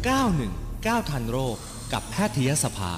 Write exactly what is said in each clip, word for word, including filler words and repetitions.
เก้าหนึ่งเก้าทันโรคกับแพทยสภา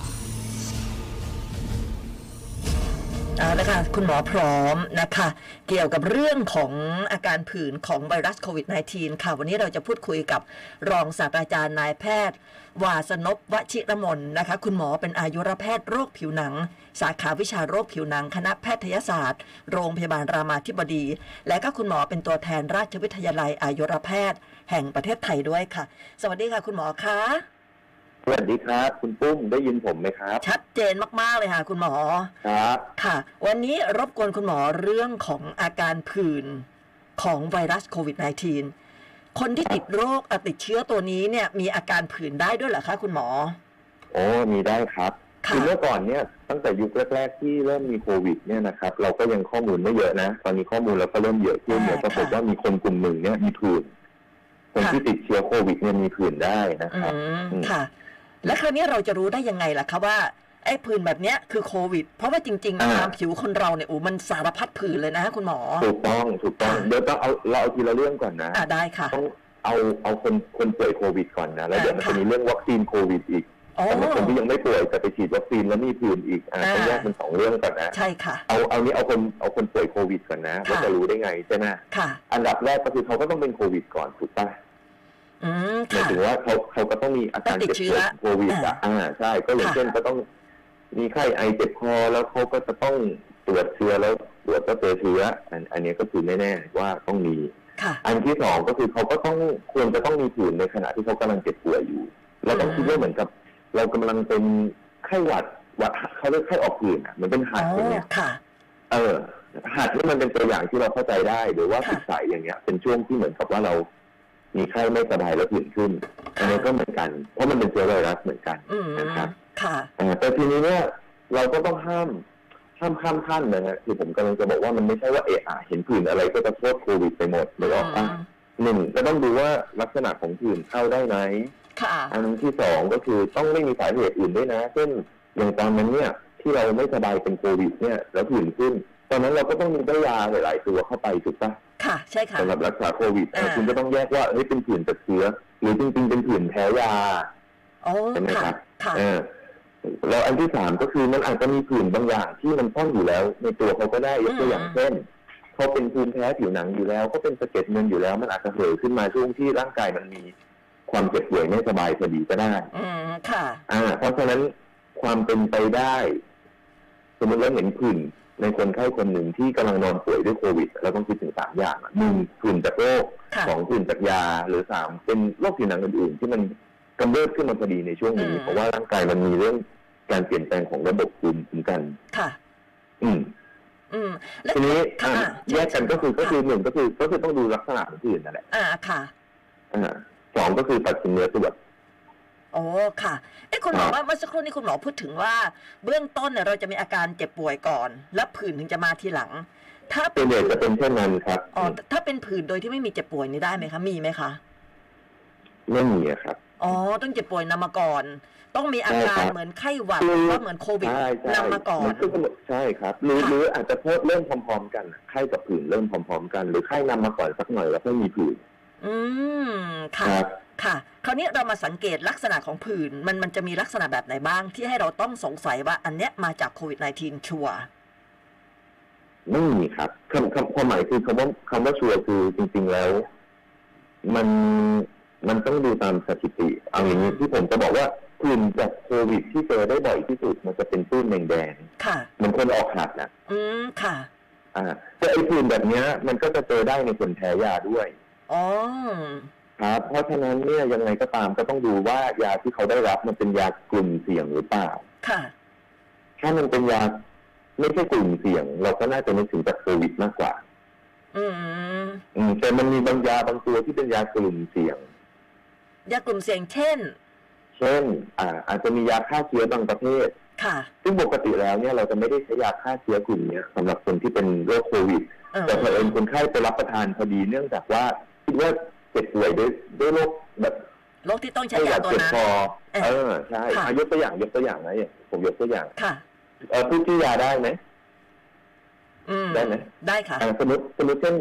เอาละค่ะคุณหมอพร้อมนะคะเกี่ยวกับเรื่องของอาการผื่นของไวรัสโควิด สิบเก้า ค่ะวันนี้เราจะพูดคุยกับรองศาสตราจารย์นายแพทย์วาสนพวชิรมนนะคะคุณหมอเป็นอายุรแพทย์โรคผิวหนังสาขาวิชาโรคผิวหนังคณะแพทยศาสตร์โรงพยาบาลรามาธิบดีและก็คุณหมอเป็นตัวแทนราชวิทยาลัยอายุรแพทย์แห่งประเทศไทยด้วยค่ะสวัสดีค่ะคุณหมอคะสวัสดีครับคุณปุ้มได้ยินผมไหมครับชัดเจนมากๆเลยค่ะคุณหมอครับค่ะวันนี้รบกวนคุณหมอเรื่องของอาการผื่นของไวรัสโควิด สิบเก้า คนที่ติดโรคติดเชื้อตัวนี้เนี่ยมีอาการผื่นได้ด้วยเหรอคะคุณหมอโอ้มีได้ครับคือเมื่อก่อนเนี่ยตั้งแต่ยุคแรกๆที่เริ่มมีโควิดเนี่ยนะครับเราก็ยังข้อมูลไม่เยอะนะตอนนี้ข้อมูลเราก็เริ่มเยอะขึ้นเนี่ยปรากฏว่ามีคนกลุ่มหนึ่งเนี่ยมีผื่นคนที่ติดเชื้อโควิดเนี่ยมีผื่นได้นะครับค่ะและคราวนี้เราจะรู้ได้ยังไงล่ะคะว่าไอ้ผื่นแบบเนี้ยคือโควิดเพราะว่าจริงๆตามผิวคนเราเนี่ยโอ้มันสารพัดผื่นเลยนะคุณหมอถูกต้องถูกต้องเดี๋ยวต้องเอาเราเอาทีละเรื่องก่อนนะอ่าได้ค่ะต้องเอาเอาคนคนป่วยโควิดก่อนนะแล้วเดี๋ยวมันจะมีเรื่องวัคซีนโควิดอีกสำหรับคนที่ยังไม่ป่วยแต่ไปฉีดวัคซีนแล้วมีผื่นอีกอ่าต้องแยกเป็นสองเรื่องก่อนนะใช่ค่ะเอาเอานี้เอาคนเอาคนป่วยโควิดก่อนนะว่าจะรู้ได้ไงใช่ไหมค่ะอันดับแรกก็คือเขาก็ต้องเป็นโควิดก่อนถูกป่ะหมายถึงว่าเขาเขาก็ต้องมีอาการเจ็บป่วยโควิดอ่ะอ่าใช่ก็อย่างเช่นก็ต้องมีไข้ไอเจ็บคอแล้วเขาก็จะต้องตรวจเชื้อแล้วตรวจก็เจอเชื้ออันอันนี้ก็คือแน่ๆว่าต้องมีอันที่สองก็คือเขาก็ต้องควรจะต้องมีผื่นในขณะที่เขากำลังเจ็บป่วยอยู่เราต้องคิดว่าเหมือนกับเรากำลังเป็นไข้หวัดหวัดเขาเรียกไข้ออกผื่นอ่ะเหมือนเป็นหัดอย่างเงี้ยเออหัดนี่มันเป็นตัวอย่างที่เราเข้าใจได้หรือว่าติดสายอย่างเงี้ยเป็นช่วงที่เหมือนกับว่าเรามีไข้ไม่สบายแล้วผื่นขึ้นอันนี้ก็เหมือนกันเพราะมันเป็นเชื้อไวรัสเหมือนกันนะครับแต่ทีนี้เนี่ยเราก็ต้องห้ามห้ามข้ามขั้นนะฮะคือผมกำลังจะบอกว่ามันไม่ใช่ว่าเอะอะเห็นผื่นอะไรก็จะโทษโควิดไปหมดหรือว่าหนึ่งก็ต้องดูว่าลักษณะของผื่นเข้าได้ไหมอันที่สองก็คือต้องไม่มีสาเหตุอื่นด้วยนะเช่นอย่างตอนนั้นเนี่ยที่เราไม่สบายเป็นโควิดเนี่ยแล้วผื่นขึ้นตอนนั้นเราก็ต้องมีได้ยาหลายๆตัวเข้าไปถูกปะค่ะใช่ค่ะสำหรับรักษาโควิดคุณก็ต้องแยกว่าเฮ้ยเป็นผื่นจากเชื้อหรือจริงๆเป็นผื่นแพ้ยาใช่ไหมครับแล้วอันที่สามก็คือมันอาจจะมีผื่นบางอย่างที่มันซ่อนอยู่แล้วในตัวเขาก็ได้ยกตัวอย่างเช่นเขาเป็นภูมิแพ้ผิวหนังอยู่แล้วก็เป็นสะเก็ดเงินอยู่แล้วมันอาจจะเห่อขึ้นมาช่วงที่ร่างกายมันมีความเจ็บป่วยไม่สบายพอดีก็ได้อืมค่ะอ่าเพราะฉะนั้นความเป็นไปได้สมมติเราเห็นผื่นในคนไข้คนหนึ่งที่กำลังนอนป่วยด้วยโควิดเราต้องคิดถึงสามอย่างหนึ่งผื่นจากโรคสองผื่นจากยาหรือสามเป็นโรคผิวหนังอื่นๆที่มันกำเริบขึ้นมาพอดีในช่วงนี้เพราะว่าร่างกายมันมีเรื่องการเปลี่ยนแปลงของระบบภูมิคุ้มกันค่ะอืมอืมทีนี้แยกกันก็คือก็คือหนึ่งก็คือก็คือต้องดูลักษณะของผื่นนั่นแหละอ่าค่ะอ่าสองก็คือตัดสินเนื้อตรวจโอ้ค่ะเอ้คุณหมอว่าเมื่อสักครู่นี้คุณหมอพูดถึงว่าเบื้องต้นเนี่ยเราจะมีอาการเจ็บป่วยก่อนแล้วผื่นถึงจะมาทีหลังถ้าเป็นเด็กจะเป็นเช่นนั้นครับอ๋อถ้าเป็นผื่นโดยที่ไม่มีเจ็บป่วยนี่ได้ไหมคะมีไหมคะไม่มีครับอ๋อต้องเจ็บป่วยนำมาก่อนต้องมีอาการเหมือนไข้หวัดหรือว่าเหมือนโควิดนำมาก่อนใช่ครับหรือหรืออาจจะเพิ่มเริ่มพร้อมๆกันไข้กับผื่นเริ่มพร้อมๆกันหรือไข้นำมาก่อนสักหน่อยแล้วก็มีผื่นอืมค่ะค่ะคราวนี้เรามาสังเกตลักษณะของผื่นมันมันจะมีลักษณะแบบไหนบ้างที่ให้เราต้องสงสัยว่าอันเนี้ยมาจากโควิด สิบเก้า ชัวร์ไม่มีครับคำคำความหมายคือคำว่าคำว่าชัวร์คือจริงๆแล้วมันมันต้องดูตามสถิติเอาอย่างนี้ที่ผมจะบอกว่าผื่นจากโควิดที่เจอได้บ่อยที่สุดมันจะเป็นปื้นแดงๆค่ะมันคนออกหัดนะอืมค่ะอ่าแต่ไอ้ผื่นแบบนี้มันก็จะเจอได้ในคนแพ้ยาด้วยอ๋อครับเพราะฉะนั้นเนี่ยยังไงก็ตามก็ต้องดูว่ายาที่เขาได้รับมันเป็นยากลุ่มเสี่ยงหรือเปล่าค่ะถ้ามันเป็นยาไม่ใช่กลุ่มเสี่ยงเราก็น่าจะนึกถึงจากโควิดมากกว่าอืมอืมแต่มันมีบางยาบางตัวที่เป็นยากลุ่มเสี่ยงยากลุ่มเสี่ยงเช่นเช่นอ่าอาจจะมียาฆ่าเชื้อบางประเภทค่ะซึ่งปกติแล้วเนี่ยเราจะไม่ได้ใช้ยาฆ่าเชื้อกลุ่มนี้สำหรับคนที่เป็นโรคโควิดแต่เผอิญคนไข้ไปรับประทานพอดีเนื่องจากว่าคิดว่าเจ็บป่วยด้วยด้วยโรคแบบโรคที่ต้องใช้ยาตัวนั้นเออใช่ยกตัวอย่างยกตัวอย่างนะเนี่ยผมยกตัวอย่างค่ะเออพูดชื่อยาได้ไหมได้ไหมได้ค่ะสมมติสมมติเช่น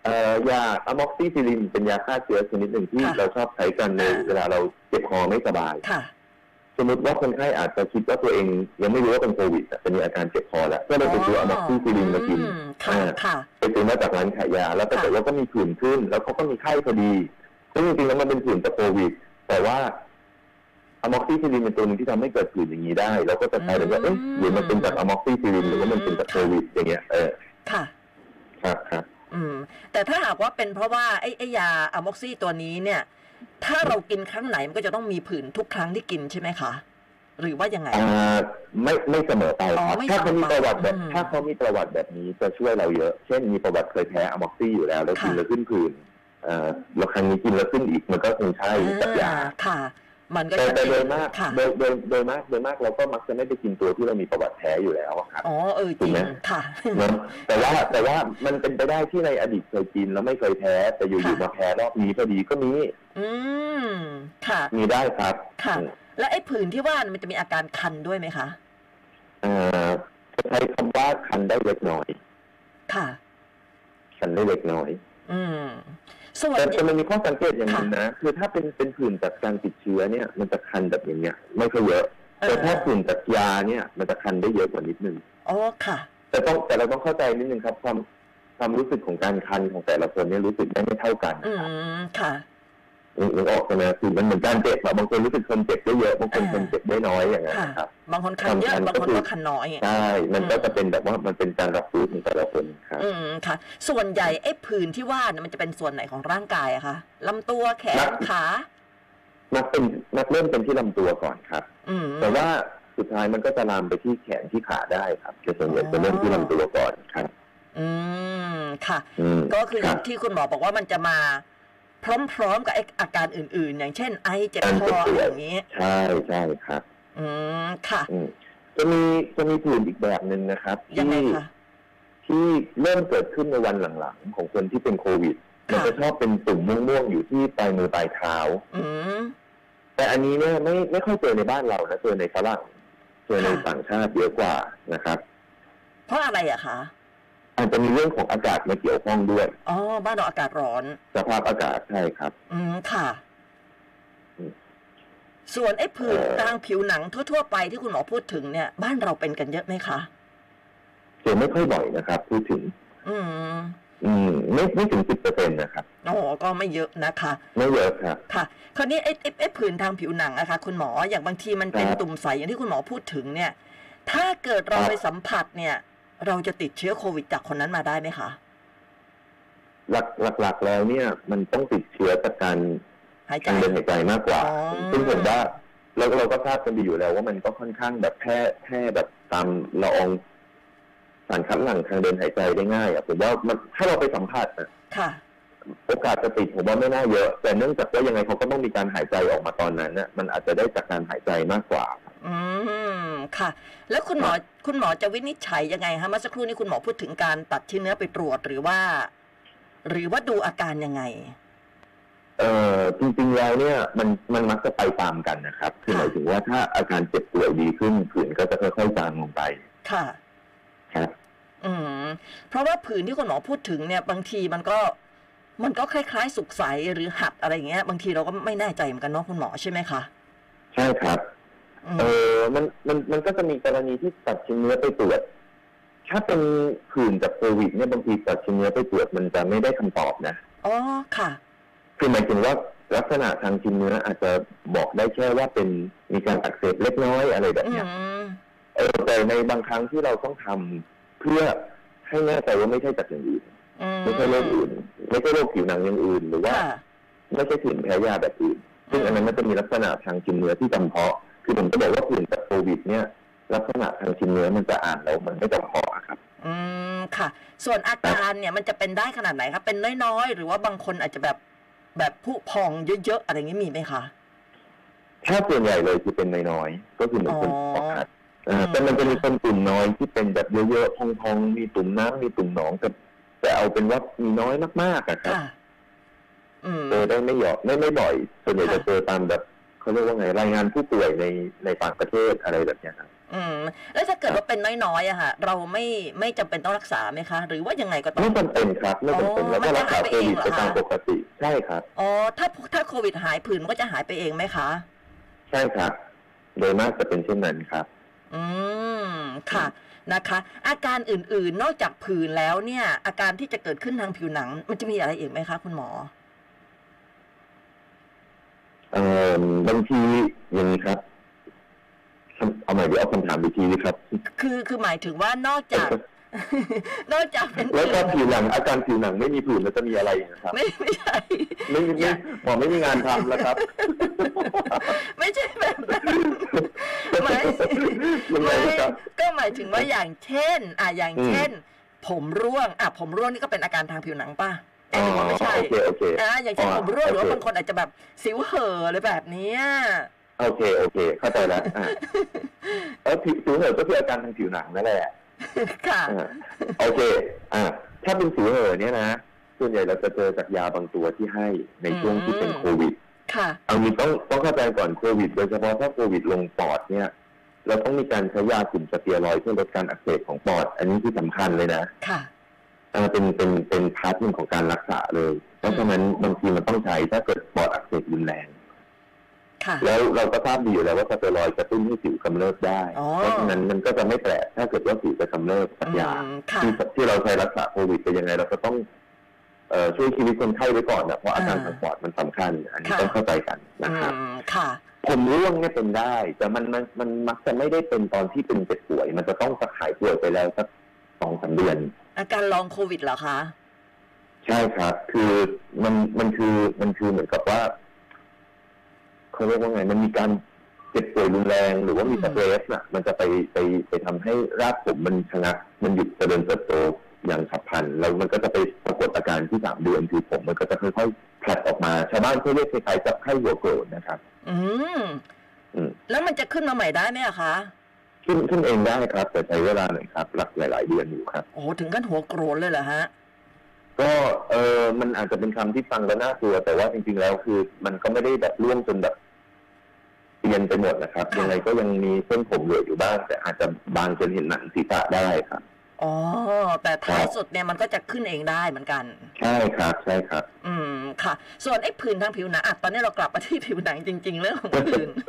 เอ่อยาอะม็อกซิซิลินเป็นยาฆ่าเชื้อชนิดหนึ่งที่เราชอบใช้กันในเวลาเราเจ็บคอไม่สบายสมมติว่าคนไข้อาจจะคิดว่าตัวเองยังไม่รู้ว่าเป็นโควิดแต่มีอาการเจ็บคอแล้วก็เลยไปซื้ออะม็อกซิซิลินมากินไปซื้อมาจากร้านขายยาแล้วปรากฏว่าก็มีผื่นขึ้นแล้วเขาก็มีไข้พอดีซึ่งจริงๆแล้วมันเป็นผื่นจากโควิดแต่ว่าอะม็อกซิซิลินเป็นตัวนึงที่ทำให้เกิดผื่นอย่างนี้ได้เราก็จะใช้เลยว่าเอ๊ะหรือมันเป็นจากอะม็อกซิซิลินหรือว่ามันเป็นจากโควิดอย่างเงี้ยเออค่ะครับครับอืมแต่ถ้าหากว่าเป็นเพราะว่าไอ้ไอ้ยาอะม็อกซิตัวนี้เนี่ยถ้าเรากินครั้งไหนมันก็จะต้องมีผื่นทุกครั้งที่กินใช่ไหมคะหรือว่ายังไงอ่าไม่ไม่เสมอไปครับถ้าเขามีประวัติแบบถ้าเขามีประวัติแบบนี้จะช่วยเราเยอะเช่นมีประวัติเคยแพ้อะม็อกซิอยู่แล้วแล้วกินแล้วขึ้นผื่นอ่าแล้วครั้งนี้กินแล้วขึ้นอีกมันก็คงใช่กับยาค่ะมันก็แต่โดยมากโดยโดยโดยมากโดยมากเราก็มักจะไม่ไปกินตัวที่เรามีประวัติแพ้อยู่แล้วครับอ๋อเออจริงค่ะแต่ว่าแต่ว่ามันเป็นไปได้ที่ในอดีตเคยกินแล้วไม่เคยแพ้แต่อยู่ๆมาแพ้รอบนี้พอดีก็มีอืมค่ะมีได้ครับค่ะและไอ้ผื่นที่ว่ามันจะมีอาการคันด้วยไหมคะอ่าใช้คำว่าคันได้เล็กน้อยค่ะคันได้เล็กน้อยอืมแต่แต่มันมีข้อสังเกตอย่างนึงนะคือถ้าเป็นเป็นผื่นจากการติดเชื้อเนี่ยมันจะคันแบบอย่างเงี้ยไม่ค่อยเยอะแต่ถ้าผื่นจากยาเนี่ยมันจะคันได้เยอะกว่านิดนึงอ๋อค่ะแต่ต้องแต่เราต้องเข้าใจนิดนึงครับความความรู้สึกของการคันของแต่ละคนเนี่ยรู้สึกได้ไม่เท่ากันอืมค่ะนึกออกใช่ไหมคือมันเหมือนการเจ็บแบบบางคนรู้สึกคนเจ็บได้เยอะบางคนคนเจ็บได้น้อยอย่างเงี้ยครับบางคนคันเยอะบางคนก็คันน้อยใช่มันก็จะเป็นแบบว่ามันเป็นการรับรู้ของแต่ละคนครับอืมค่ะส่วนใหญ่ไอ้ผื่นที่ว่าเนี่ยมันจะเป็นส่วนไหนของร่างกายอะคะลำตัวแขนขามักเป็นมักเริ่มเป็นที่ลำตัวก่อนครับแต่ว่าสุดท้ายมันก็จะลามไปที่แขนที่ขาได้ครับแต่ส่วนใหญ่จะเริ่มที่ลำตัวก่อนครับอืมค่ะก็คืออย่างที่คุณหมอบอกว่ามันจะมาพร้อมๆกับอาการอื่นๆอย่างเช่นไอเจ็บคออย่างนี้ใช่ใช่ครับอืมค่ะจะมีจะมีผื่นอีกแบบหนึ่งนะครับที่ที่เริ่มเกิดขึ้นในวันหลังๆของคนที่เป็นโควิดมันจะชอบเป็นตุ่มม่วงๆอยู่ที่ปลายมือปลายเท้าแต่อันนี้เนี่ยไม่ไม่ค่อยเจอในบ้านเรานะเจอในฝรั่งเจอในต่างชาติเยอะกว่านะครับเพราะอะไรอะคะอาจจะมีเรื่องของอากาศมาเกี่ยวข้องด้วยอ๋อบ้านเราอากาศร้อนสภาพอากาศใช่ครับอืมค่ะส่วนไอ้ผื่นทางผิวหนังทั่วๆไปที่คุณหมอพูดถึงเนี่ยบ้านเราเป็นกันเยอะไหมคะเจอไม่ค่อยบ่อยนะครับพูดถึงอืมอืมไม่ไม่ถึงสิบเปอร์เซ็นต์นะครับอ๋อก็ไม่เยอะนะคะไม่เยอะครับค่ะคราวนี้ไอ้ไอ้ผื่นทางผิวหนังอะค่ะคุณหมออย่างบางทีมันเป็นตุ่มใสอย่างที่คุณหมอพูดถึงเนี่ยถ้าเกิดเราไปสัมผัสเนี่ยเราจะติดเชื้อโควิดจากคนนั้นมาได้ไหมคะหลักหลักๆแล้วเนี่ยมันต้องติดเชื้อจากการการเดินหายใจมากกว่าซึ่งผมว่าเราเราก็ทราบกันดีอยู่แล้วว่ามันก็ค่อนข้างแบบแพร่แพร่แบบตามละอองสารคัดหลั่งทางเดินหายใจได้ง่ายอ่ะผมว่ามันถ้าเราไปสัมผัสอ่ะโอกาสจะติดผมว่าไม่น่าเยอะแต่เนื่องจากว่ายังไงเขาก็ต้องมีการหายใจออกมาตอนนั้นน่ะมันอาจจะได้จากการหายใจมากกว่าอืมค่ะแล้วคุณหมอคุณหมอจะวินิจฉัยยังไงคะเมื่อสักครู่นี้คุณหมอพูดถึงการตัดชิ้นเนื้อไปตรวจหรือว่าหรือว่าดูอาการยังไงเอ่อจริงๆแล้วเนี่ยมันมันมักจะไปตามกันนะครับคือหมายถึงว่าถ้าอาการเจ็บป่วยดีขึ้นผื่นก็จะค่อยๆจางลงไปค่ะครับอืมเพราะว่าผื่นที่คุณหมอพูดถึงเนี่ยบางทีมันก็มันก็คล้ายๆสุกใสหรือหัดอะไรอย่างเงี้ยบางทีเราก็ไม่แน่ใจเหมือนกันเนาะคุณหมอใช่ไหมคะใช่ครับเออมันมันมันก็จะมีกรณีที่ตัดชิ้นเนื้อไปตรวจถ้าเป็นผื่นจากโควิดเนี่ยบางทีตัดชิ้นเนื้อไปตรวจมันจะไม่ได้คำตอบนะอ๋อค่ะคือหมายถึงว่าลักษณะทางชิ้นเนื้ออาจจะบอกได้แค่ว่าเป็นมีการอักเสบเล็กน้อยอะไรแบบนี้เออแต่ในบางครั้งที่เราต้องทำเพื่อให้แน่ใจว่าไม่ใช่จากอย่างอื่นไม่ใช่โรคอื่นไม่ใช่โรคผิวหนังอย่างอื่นหรือว่าไม่ใช่ผื่นแพ้ยาแบบอื่นซึ่งอันนั้นมันจะมีลักษณะทางชิ้นเนื้อที่จำเพาะคือผมก็บอกว่าผื่นจากโควิดเนี่ยลักษณะทางชิ้นเนื้อมันจะอ่านแล้วมันไม่จำเพาะครับอืมค่ะส่วนอาการเนี่ยมันจะเป็นได้ขนาดไหนครับเป็นน้อยๆหรือว่าบางคนอาจจะแบบแบบผุพองเยอะๆอะไรอย่างนี้มีไหมคะถ้าส่วนใหญ่เลยคือเป็นน้อยๆก็คือเหมือนคนปกติแต่มันจะมีคนกลุ่มน้อยที่เป็นแบบเยอะๆพองๆมีตุ่มน้ำมีตุ่มหนองแต่แต่เอาเป็นว่ามีน้อยมากๆอะครับเจอได้ไม่หยอกไม่ไม่บ่อยส่วนใหญ่จะเจอตามแบบเขาเรียกว่าไงรายงานผู้ป่วยในในต่างประเทศอะไรแบบนี้ครับอืมแล้วถ้าเกิดว่าเป็นน้อยๆอะค่ะเราไม่ไม่จำเป็นต้องรักษาไหมคะหรือว่ายังไงก็ต้องไม่จำเป็นครับไม่จำเป็นแล้วก็รักษาโควิดไปตามปกติใช่ครับอ๋อถ้าถ้าโควิดหายผื่นมันก็จะหายไปเองไหมคะใช่ครับโดยมากจะเป็นเช่นนั้นครับอืมค่ะนะคะอาการอื่นๆนอกจากผื่นแล้วเนี่ยอาการที่จะเกิดขึ้นทางผิวหนังมันจะมีอะไรอีกไหมคะคุณหมอเอ่อบางทีอย่างนี้ครับเอาใหม่เดี๋ยวเอาคำถามอีกทีนะครับคือคือหมายถึงว่านอกจากนอกจากเป็นแล้วก็ผิวหนังอาการผิวหนังไม่มีผื่นแล้วจะมีอะไรนะครับไม่ไม่ใช่ไม่ไม่หมอไม่มีงานทำแล้วครับไม่ใช่แบบนั้นไม่ก็หมายถึงว่าอย่างเช่นอ่ะอย่างเช่นผมร่วงอ่ะผมร่วงนี่ก็เป็นอาการทางผิวหนังป่ะอ๋อไม่ใช่อ่ะอย่างเช่นผมร่วงหรือว่าบางคนอาจจะแบบสิวเห่ออะไรแบบนี้โอเคโอเคเข้าใจแล้วอ่าเออผิวสิวเห่อก็คืออาการทางผิวหนังนั่นแหละค่ะโอเคอ่าถ้าเป็นสิวเห่อเนี่ยนะส่วนใหญ่เราจะเจอจากยาบางตัวที่ให้ในช่วงที่เป็นโควิดค่ะเอางี้ต้องต้องเข้าใจก่อนโควิดโดยเฉพาะถ้าโควิดลงปอดเนี่ยเราต้องมีการใช้ยากลุ่มสเตียรอยด์เพื่อลดการอักเสบของปอดอันนี้ที่สำคัญเลยนะค่ะอ่าเป็นเป็นเป็นพาร์ทหนึ่งของการรักษาเลยเพราะฉะนั้นบางทีมันต้องใช้ถ้าเกิดปอดอักเสบรุนแรงแล้วเราก็ทราบดีอยู่แล้วว่าสเตียรอยด์กระตุ้นให้สิวกำเริบได้เพราะฉะนั้นมันก็จะไม่แปลกถ้าเกิดว่าสิวจะกำเริบสักอย่างที่ที่เราใช้รักษาโควิดเป็นยังไงเราก็ต้องเอ่อช่วยชีวิตคนไข้ไว้ก่อนนะเพราะอาการทางปอดมันสำคัญอันนี้ต้องเข้าใจกันนะครับผมร่วงเนี่ยเป็นได้แต่มันมันมันมักจะไม่ได้เป็นตอนที่เป็นเจ็บป่วยมันจะต้องจะหายป่วยไปแล้วสักสองสามเดือนอาการลองโควิดเหรอคะใช่ครับคือมันมันคือมันคือเหมือนกับว่าเขาเรียกว่าไงมันมีการเจ็บป่วยรุนแรงหรือว่ามีสเตรสน่ะมันจะไปไปไปทำให้รากผมมันชะงักมันหยุดเจริญเติบโตอย่างฉับพลันแล้วมันก็จะไปปรากฏอาการที่สามเดือนคือผมมันก็จะค่อยๆผลัดออกมาชาวบ้านเขาเรียกคล้ายๆจับไข้หัวโกรธนะครับอืมอืมแล้วมันจะขึ้นมาใหม่ได้ไหมอะคะขึ้นขึ้นเองได้ครับแต่ใช้เวลาหน่อยครับหลักหลายๆเดือนอยู่ครับโอ้ถึงขั้นหัวโกรธเลยเหรอฮะก็เออมันอาจจะเป็นคำที่ฟังแล้วน่ากลัวแต่ว่าจริงๆแล้วคือมันก็ไม่ได้แบบร่วงจนแบบเปลี่ยนไปหมดนะครับยังไงก็ยังมีเส้นผมเหลืออยู่บ้างแต่อาจจะบางจนเห็นหนังศีรษะได้ครับอ๋อแต่ท้ายสุดเนี่ยมันก็จะขึ้นเองได้เหมือนกันใช่ครับใช่ครับอืมค่ะส่วนไอ้ผื่นทางผิวหนังอ่ะตอนนี้เรากลับมาที่ผิวหนังจริงๆเรื่องของผื่น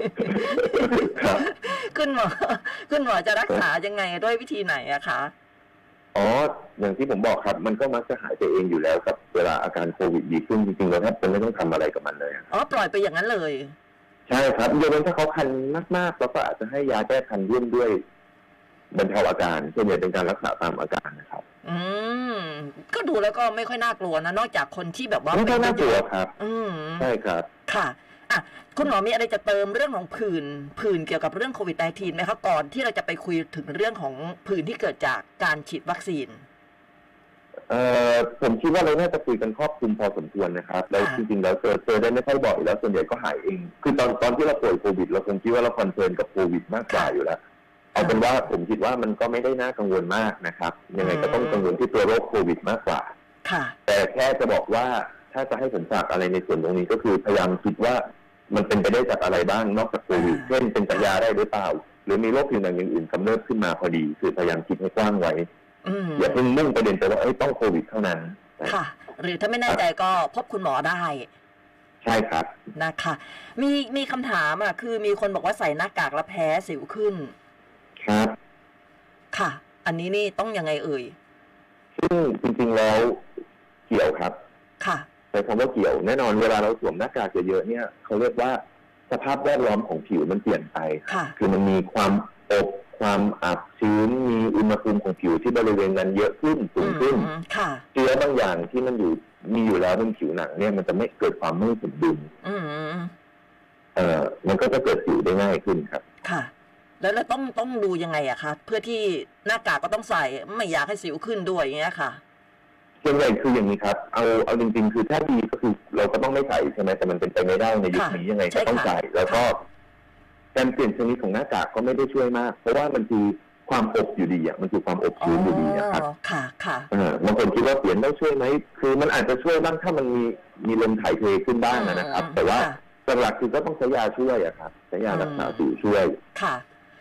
คุณหมอคุณหมอจะรักษายังไงด้วยวิธีไหนอะคะอ๋ออย่างที่ผมบอกครับมันก็มักจะหายไปเองอยู่แล้วครับเวลาอาการโควิดดีขึ้นจริงๆเราแทบจะไม่ต้องทำอะไรกับมันเลยอ๋อปล่อยไปอย่างนั้นเลยใช่ครับยกเว้นถ้าเขาคันมากๆเราก็อาจจะให้ยาแก้คันร่วมด้วยบรรเทาอาการส่วนใหญ่เป็นการรักษาตามอาการนะครับอืมก็ดูแล้วก็ไม่ค่อยน่ากลัวนะนอกจากคนที่แบบว่าไม่ค่อยน่ากลัวครับอืมใช่ครับค่ะอ่ะคุณหมอมีอะไรจะเติมเรื่องของผื่นผื่นเกี่ยวกับเรื่องโควิด สิบเก้า ไหมคะก่อนที่เราจะไปคุยถึงเรื่องของผื่นที่เกิดจากการฉีดวัคซีนเอ่อผมคิดว่าเราน่าจะคุยกันครอบคลุมพอสมควรนะครับแล้วจริงๆแล้วเจอเจอได้ไม่ค่อยบ่อยแล้วส่วนใหญ่ก็หายเองคือตอนตอนที่เราป่วยโควิดเราคงคิดว่าเราคอนเซิร์นกับโควิดมากกว่าอยู่แล้วเอาเป็นว่าผมคิดว่ามันก็ไม่ได้น่ากังวลมากนะครับยังไงก็ต้องกังวลที่ตัวโรคโควิดมากกว่าแต่แค่จะบอกว่าถ้าจะให้ผมฝากอะไรในส่วนตรงนี้ก็คือพยายามคิดว่ามันเป็นไปได้จากอะไรบ้างนอกจากโควิดเช่นเป็นสัญญาได้หรือเปล่าหรือมีโรคผิวหนังอย่างอื่นกำเริบขึ้นมาพอดีคือพยายามคิดให้กว้างไว้อย่าเพิ่งมุ่งประเด็นไปว่าเอ้ยต้องโควิดเท่านั้นค่ะหรือถ้าไม่แน่ใจก็พบคุณหมอได้ใช่ครับนะคะมีมีคำถามอ่ะคือมีคนบอกว่าใส่หน้ากากแล้วแพ้สิวขึ้นครับค่ะอันนี้นี่ต้องยังไงเอ่ยซึ่งจริงๆแล้วเกี่ยวครับค่ะใช้คำว่าเกี่ยวแน่นอนเวลาเราสวมหน้ากากเยอะๆเนี่ยเขาเรียกว่าสภาพแวดล้อมของผิวมันเปลี่ยนไปคือมันมีความอบความอับชื้นมีอุณหภูมิของผิวที่บริเวณนั้นเยอะขึ้นสูงขึ้นเชื้อบางอย่างที่มันอยู่มีอยู่แล้วบนผิวหนังเนี่ยมันจะไม่เกิดความไม่สมดุลเอ่อมันก็จะเกิดสิวได้ง่ายขึ้นครับค่ะแล้วเราต้องต้องดูยังไงอะคะเพื่อที่หน้ากากก็ต้องใส่ไม่อยากให้สิวขึ้นด้วยอย่างเงี้ยค่ะส่วนใหญ่คืออย่างนี้ครับเอาเอาจริงๆคือถ้าดีก็คือเราก็ต้องไม่ใส่ใช่ไหมแต่มันเป็นไปไม่ได้ในยุคนี้ยังไงก็ต้องใส่แล้วก็การเปลี่ยนชนิดของหน้ากากก็ไม่ได้ช่วยมากเพราะว่ามันคือความอบอยู่ดีอ่ะมันคือความอบชื้นอยู่ดีนะครับค่ะค่ะบางคนคิดว่าเปลี่ยนได้ช่วยไหมคือมันอาจจะช่วยบ้างถ้ามันมีมีลมถ่ายเทขึ้นบ้างนะครับแต่ว่าหลักๆคือก็ต้องใช้ยาช่วยอะครับใช้ยารักษาสิวช่วยค่ะ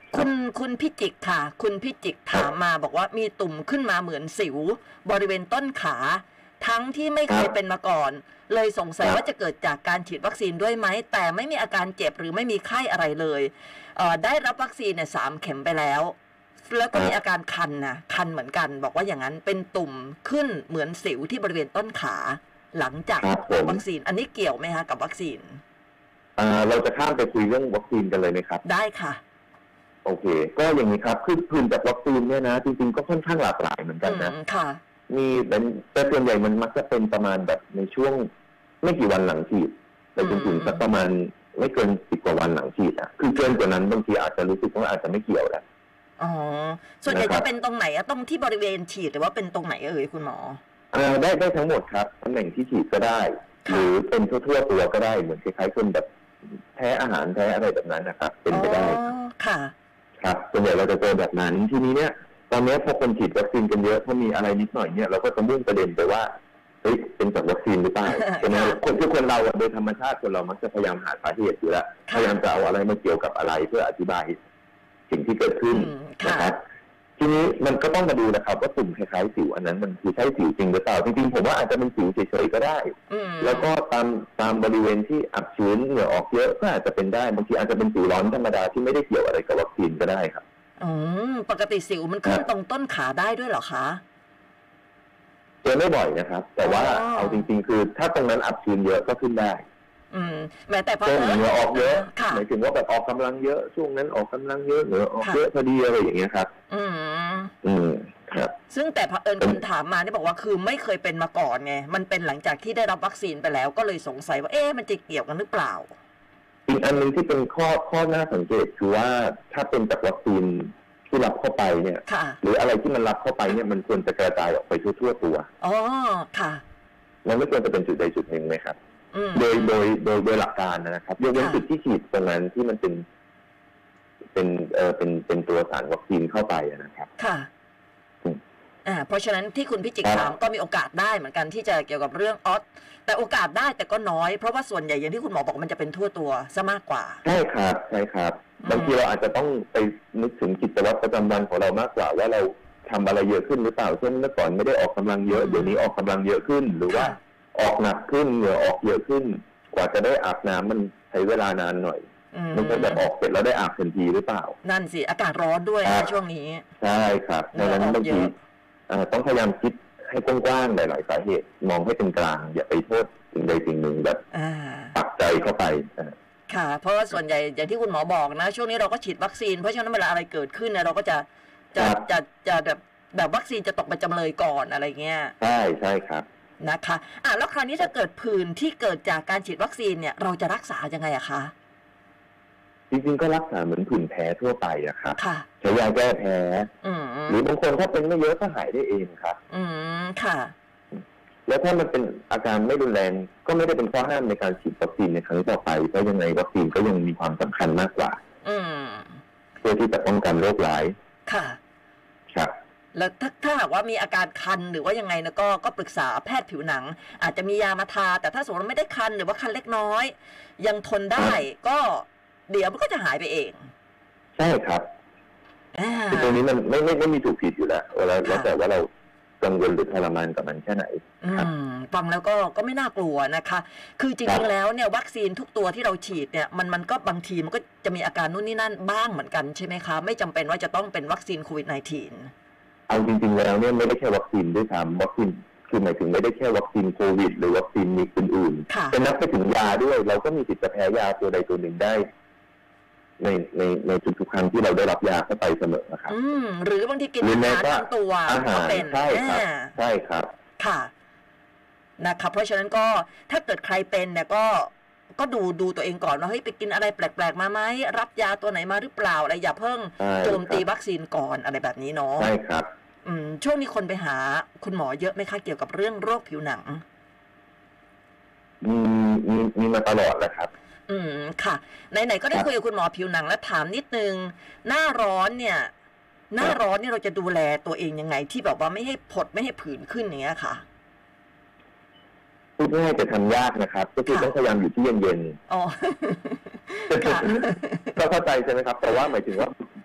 คุณคุณพิจิกค่ะ คุณพิจิกถามมาบอกว่ามีตุ่มขึ้นมาเหมือนสิวบริเวณต้นขา ทั้งที่ไม่เคยเป็นมาก่อน เลยสงสัยว่าจะเกิดจากการฉีดวัคซีนด้วยไหมแต่ไม่มีอาการเจ็บหรือไม่มีไข้อะไรเลยเอ่อได้รับวัคซีนเนี่ยสามเข็มไปแล้วแล้วก็มีอาการคันนะคันเหมือนกันบอกว่าอย่างนั้นเป็นตุ่มขึ้นเหมือนสิวที่บริเวณต้นขา หลังจากรับวัคซีนอันนี้เกี่ยวไหมคะกับวัคซีนอ่าเราจะข้ามไปคุยเรื่องวัคซีนกันเลยไหมครับได้ค่ะโอเคก็อย่างนี้ครับคือพื้นจากวัคซีนเนี่ยนะจริงๆก็ค่อนข้างหลากหลายเหมือนกันนะค่ะมีเป็นแต่ส่วนใหญ่มันมักจะเป็นประมาณแบบในช่วงไม่กี่วันหลังฉีดแต่จนถึงสักประมาณไม่เกินสิบกว่าวันหลังฉีดอ่ะคือเกินกว่านั้นบางทีอาจจะรู้สึกว่าอาจจะไม่เกี่ยวแล้วอ๋อส่วนใหญ่จะเป็นตรงไหนอะตรงที่บริเวณฉีดหรือว่าเป็นตรงไหนเอ่ยคุณหมออ่าได้ได้ทั้งหมดครับตำแหน่งที่ฉีดก็ได้หรือเป็นทั่วๆตัวก็ได้เหมือนคล้ายๆคนแบบแพ้อาหารแพ้อะไรแบบนั้นนะครับเป็นไปได้ค่ะครับส่วนใหญ่เราจะเจอแบบนั้นทีนี้เนี่ยตอนนี้พอคนฉีดวัคซีนกันเยอะพอมีอะไรนิดหน่อยเนี่ยเราก็จะมุ่งประเด็นไปว่าเฮ้ยเป็นจากวัคซีนหรือเปล่าใช่ไหมคนที่คนเราโดยธรรมชาติคนเรามักจะพยายามหาสาเหตุอยู่แล้วพยายามจะเอาอะไรมาเกี่ยวกับอะไรเพื่ออธิบายสิ่งที่เกิดขึ้นนะครับทีนี้มันก็ต้องมาดูนะครับว่าตุ่มคล้ายๆสิวอันนั้นมันคือใช่สิวจริงหรือเปล่าจริงๆผมว่าอาจจะเป็นสิวเฉยๆก็ได้แล้วก็ตามตามบริเวณที่อับชื้นเหงื่อออกเยอะก็อาจจะเป็นได้บางทีอาจจะเป็นสิวร้อนธรรมดาที่ไม่ได้เกี่ยวอะไรกับวัคซีนก็ได้ครับอืมปกติสิวมันขึ้นตรงต้นขาได้ด้วยเหรอคะเจอไม่บ่อยนะครับแต่ว่าเอาจริงๆคือถ้าตรงนั้นอับชื้นเยอะก็ขึ้นได้อืมแม้แต่พอเหงื่อออกเยอะหมายถึงว่าแบบออกกำลังเยอะช่วงนั้นออกกำลังเยอะเหงื่อออกเยอะพอดีอะไรอย่างเงี้ยครับอืมอืมครับซึ่งแต่เผอิญคุณถามมานี่บอกว่าคือไม่เคยเป็นมาก่อนไงมันเป็นหลังจากที่ได้รับวัคซีนไปแล้วก็เลยสงสัยว่าเอ๊ะมันจะเกี่ยวกันหรือเปล่าอีกอันนึงที่เป็นข้อข้อน่าสังเกตคือว่าถ้าเป็นจากวัคซีนที่รับเข้าไปเนี่ยหรืออะไรที่มันรับเข้าไปเนี่ยมันควรจะกระจายออกไปทั่วๆตัวอ๋อค่ะมันไม่ควรจะเป็นจุดใดจุดหนึ่งไหมครับโดยโดยโดยโดยหลักการนะครับยกเว้นจุดที่ฉีดตรงนั้นที่มันเป็นเป็นเออเป็นเป็นตัวสารวัคซีนเข้าไปนะครับค่ะอ่าเพราะฉะนั้นที่คุณพิจิตรถามก็มีโอกาสได้เหมือนกันที่จะเกี่ยวกับเรื่องออสแต่โอกาสได้แต่ก็น้อยเพราะว่าส่วนใหญ่อย่างที่คุณหมอบอกมันจะเป็นทั่วตัวซะมากกว่าใช่ครับใช่ครับบางทีเราอาจจะต้องไปนึกถึงกิจวัตรประจำวันของเรามากกว่าว่าเราทำอะไรเยอะขึ้นหรือเปล่าเช่นเมื่อก่อนไม่ได้ออกกำลังเยอะเดี๋ยวนี้ออกกำลังเยอะขึ้นหรือว่าออกหนักขึ้นเหงื่อออกเยอะขึ้นกว่าจะได้อาบน้ำมันใช้เวลานานหน่อยไม่ใช่แบบออกเสร็จแล้วได้อาบทันทีหรือเปล่านั่นสิอากาศร้อนด้วยในช่วงนี้ใช่ครับดังนั้นบางทีต้องพยายามคิดให้กว้างๆหลายๆสาเหตุมองให้เป็นกลางอย่าไปโทษสิ่งใดสิ่งหนึ่งแบบปักใจเข้าไปค่ะเพราะว่าส่วนใหญ่อย่างที่คุณหมอบอกนะช่วงนี้เราก็ฉีดวัคซีนเพราะฉะนั้นเวลาอะไรเกิดขึ้นเนี่ยเราก็จะจะจะจะแบบแบบวัคซีนจะตกเป็นจำเลยก่อนอะไรเงี้ยใช่ใช่ครับนะคะอ่ะแล้วคราวนี้ถ้าเกิดผื่นที่เกิดจากการฉีดวัคซีนเนี่ยเราจะรักษายังไงอะคะจริงๆก็รักษาเหมือนผื่นแพ้ทั่วไปอะครับใช้ยาแก้แพ้หรือบางคนถ้าเป็นไม่เยอะก็หายได้เองครับอืมค่ะแล้วถ้ามันเป็นอาการไม่รุนแรงก็ไม่ได้เป็นข้อห้ามในการฉีดวัคซีนในครั้งต่อไปเพราะยังไงวัคซีนก็ยังมีความสำคัญมากกว่าเพื่อที่จะป้องกันโรคร้ายค่ะครับแล้วถ้าถ้าหากว่ามีอาการคันหรือว่ายังไงนะก็ก็ปรึกษาแพทย์ผิวหนังอาจจะมียามาทาแต่ถ้าสมมติไม่ได้คันหรือว่าคันเล็กน้อยยังทนได้ก็เดี๋ยวมันก็จะหายไปเองใช่ครับคือตรงนี้มันไม่ไม่ไม่มีถูกผิดอยู่แล้วแล้วแล้วแต่ว่าเรากังวลหรือทรมานกับมันแค่ไหนฟังแล้วก็ก็ไม่น่ากลัวนะคะคือจริงๆแล้วเนี่ยวัคซีนทุกตัวที่เราฉีดเนี่ยมันมันก็บางทีมันก็จะมีอาการนู่นนี่นั่นบ้างเหมือนกันใช่ไหมคะไม่จำเป็นว่าจะต้องเป็นวัคซีนโควิด สิบเก้าเอาจริงๆแล้วเนี่ยไม่ได้แค่วัคซีนด้วยซ้ำวัคซีนคือหมายถึงไม่ได้แค่วัคซีนโควิดหรือวัคซีนมีอื่นๆเป็นนับไปถึงยาด้วยเราก็มีสิทธิ์จะแพ้ยาตัวใดตัวหนึ่งได้ในในในทุกๆครั้งที่เราได้รับยาเข้าไปเสมอนะครับอืมหรือบางทีกินอาหารทั้งตัวก็เป็นใช่ครับใช่ครับค่ะนะครับเพราะฉะนั้นก็ถ้าเกิดใครเป็นเนี่ยก็ก็ดูดูตัวเองก่อนว่าเฮ้ยไปกินอะไรแปลกๆมาไหมรับยาตัวไหนมาหรือเปล่าอะไรอย่าเพิ่งโจมตีวัคซีนก่อนอะไรแบบนี้เนาะใช่ครับอืมช่วงนี้คนไปหาคุณหมอเยอะไหมคะเกี่ยวกับเรื่องโรคผิวหนังมีมีมีมาตลอดแหละครับอืมค่ะไหนๆก็ได้คุยกับคุณหมอผิวหนังแล้วถามนิดนึงหน้าร้อนเนี่ยหน้าร้อนเนี่ยเราจะดูแลตัวเองยังไงที่แบบว่าไม่ให้ผดไม่ให้ผื่นขึ้นอย่างเงี้ยค่ะพูดง่ายแต่ทำยากนะครับก็คือต้องพยายามอยู่ที่เย็นๆอ๋อก็เข้าใจใช่ไหมครับแต่ว่าหมายถึงว่า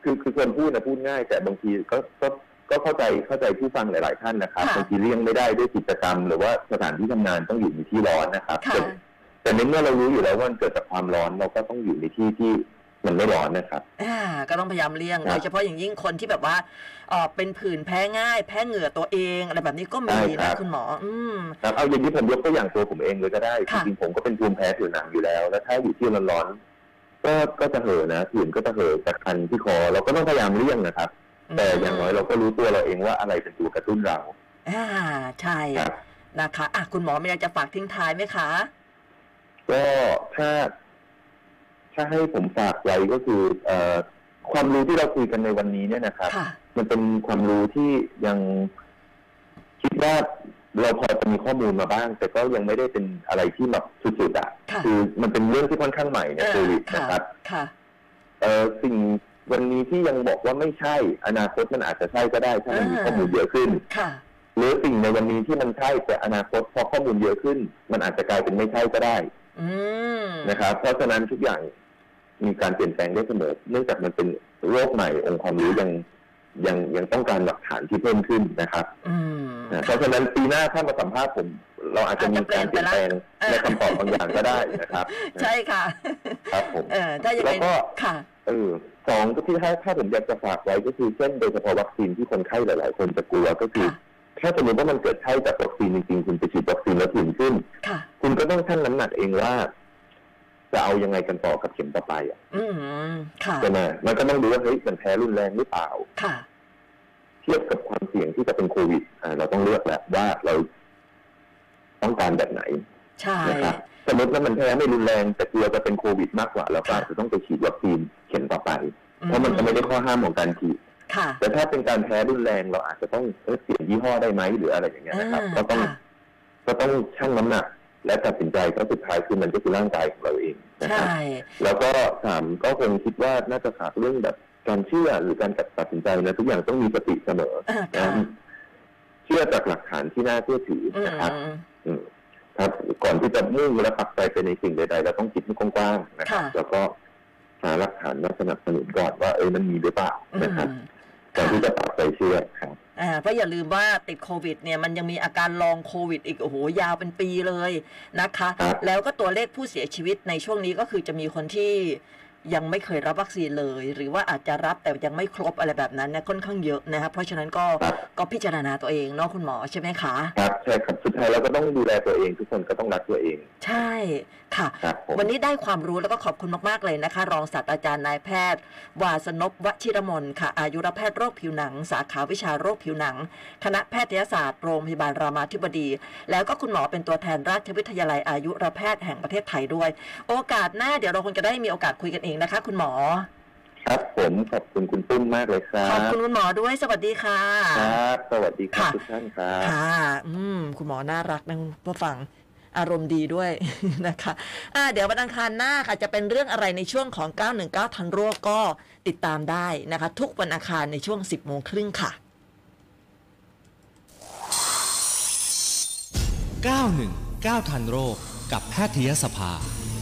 คือคือคนพูดนะพูดง่ายแต่บางทีก็ก็ก็เข้าใจเข้าใจผู้ฟังหลายๆท่านนะครับบางทีเลี่ยงไม่ได้ด้วยกิจกรรมหรือว่าสถานที่ทำงานต้องอยู่ในที่ร้อนนะครับแต่แต่ในเมื่อเรารู้อยู่แล้วว่ามันเกิดจากความร้อนเราก็ต้องอยู่ในที่ที่มันไม่ร้อนนะครับอ่าก็ต้องพยายามเลี่ยงโดยเฉพาะอย่างยิ่งคนที่แบบว่าเออเป็นผื่นแพ้ง่ายแพ้เหงื่อตัวเองอะไรแบบนี้ก็มีนะคุณหมออืมครับเอาอย่างนี้ผมยกตัวอย่างตัวผมเองเลยก็ได้จริงๆผมก็เป็นภูมิแพ้ผิวหนังอยู่แล้วแล้วถ้าอยู่ที่ร้อนๆก็ก็จะเห่อนะผื่นก็จะเห่อจะคันที่คอเราก็ต้องพยายามเลี่ยงนะครับแต่อย่างน้อยเราก็รู้ตัวเราเองว่าอะไรเป็นตัวกระตุ้นเราอ่าใช่นะคะอ่ะคุณหมอมีอะไรจะฝากทิ้งท้ายไหมคะก็ถ้าถ้าให้ผมฝากไว้ก็คือเอ่อความรู้ที่เราคุยกันในวันนี้เนี่ยนะครับมันเป็นความรู้ที่ยังคิดว่าเราพอจะมีข้อมูลมาบ้างแต่ก็ยังไม่ได้เป็นอะไรที่แบบสุดๆอ่ะคือมันเป็นเรื่องที่ค่อนข้างใหม่ในโควิดนะครับเอ่อสิ่งวันนี้ที่ยังบอกว่าไม่ใช่อนาคตมันอาจจะใช่ก็ได้ถ้ามันมีข้อมูลเยอะขึ้นหรือสิ่งในวันนี้ที่มันใช่แต่อนาคตพอข้อมูลเยอะขึ้นมันอาจจะกลายเป็นไม่ใช่ก็ได้นะครับเพราะฉะนั้นทุกอย่างมีการเปลี่ยนแปลงได้เสมอเนื่องจากมันเป็นโรคใหม่องค์ความรู้ยังยังยังต้องการหลักฐานที่เพิ่มขึ้นนะครับเพราะฉะนั้นปีหน้าถ้ามาสัมภาษณ์ผมเราอาจจะมีการเปลี่ยนแปลงในคำตอบบางอย่างก็ได้นะครับใช่ค่ะครับผมแล้วก็ค่ะเออสองก็ที่ถ้าถ้าผมอยากจะฝากไว้ก็คือเช่นโดยเฉพาะวัคซีนที่คนไข้หลายๆคนจะกลัวก็คือถ้าสมมติว่ามันเกิดไข้จากวัคซีนจริงๆคุณไปฉีดวัคซีนแล้วผื่นขึ้นคุณก็ต้องชั่งน้ำหนักเองว่าจะเอายังไงกันต่อกับเข็มต่อไปอ่ะใช่ไหมมันก็ต้องดูว่าเฮ้ยมันแพ้รุนแรงหรือเปล่าเทียบกับความเสี่ยงที่จะเป็นโควิดเราต้องเลือกแล้วว่าเราต้องการแบบไหนนะครับสมมติว่ามันแพ้ไม่รุนแรงแต่กลัวจะเป็นโควิดมากกว่าเราก็อาจจะต้องไปฉีดวัคซีนเข็มต่อไปเพราะมันก็ไม่ได้ข้อห้ามของการฉีดแต่ถ้าเป็นการแพ้รุนแรงเราอาจจะต้องเปลี่ยนยี่ห้อได้ไหมหรืออะไรอย่างเงี้ยนะครับก็ต้องก็ต้องชั่งน้ำหนักและตัดสินใจก็สุดท้ายคือมันก็คือร่างกายของเราเองนะครับแล้วก็สามก็คงคิดว่าน่าจะฝากเรื่องแบบการเชื่อหรือการตัดสินใจนะทุกอย่างต้องมีสติเสมอนะเชื่อจากหลักฐานที่น่าเชื่อถือนะครับครับก่อนที่จะมุ่งและปักใจไปในสิ่งใดๆเราต้องคิดให้กว้างๆนะครับแล้วก็หาหลักฐานมาสนับสนุนก่อนว่าเอ้ยมันมีหรือเปล่านะครับก่อนที่จะปักใจเชื่อครับอ่าเพราะอย่าลืมว่าติดโควิดเนี่ยมันยังมีอาการลองโควิดอีกโอ้โหยาวเป็นปีเลยนะคะแล้วก็ตัวเลขผู้เสียชีวิตในช่วงนี้ก็คือจะมีคนที่ยังไม่เคยรับวัคซีนเลยหรือว่าอาจจะรับแต่ยังไม่ครบอะไรแบบนั้นเนี่ยค่อนข้างเยอะนะครับเพราะฉะนั้นก็ก็พิจารณาตัวเองเนาะคุณหมอใช่ไหมคะครับใช่ครับสุดท้ายเราก็ต้องดูแลตัวเองทุกคนก็ต้องรักตัวเองใช่ค่ะวันนี้ได้ความรู้แล้วก็ขอบคุณมากๆเลยนะคะรองศาสตราจารย์นายแพทย์วาสนพวชิรมนค่ะอายุรแพทย์โรคผิวหนังสาขาวิชาโรคผิวหนังคณะแพทยศาสตร์โรงพยาบาลรามาธิบดีแล้วก็คุณหมอเป็นตัวแทนราชวิทยาลัยอายุรแพทย์แห่งประเทศไทยด้วยโอกาสหน้าเดี๋ยวเราคงจะได้มีโอกาสคุยกันเองนะคะคุณหมอครับผมขอบคุณคุณปุ้มมากเลยครับขอบคุณคุณหมอด้วยสวัสดีค่ะครับสวัสดีครับทุกท่านครับค่ะอืมคุณหมอน่ารักนะผู้ฟังอารมณ์ดีด้วยนะคะอ่าเดี๋ยววันอังคารหน้าค่ะจะเป็นเรื่องอะไรในช่วงของเก้าหนึ่งเก้าทันโรคก็ติดตามได้นะคะทุกวันอังคารในช่วง สิบโมงครึ่งค่ะเก้าหนึ่งเก้าทันโรคกับแพทยสภา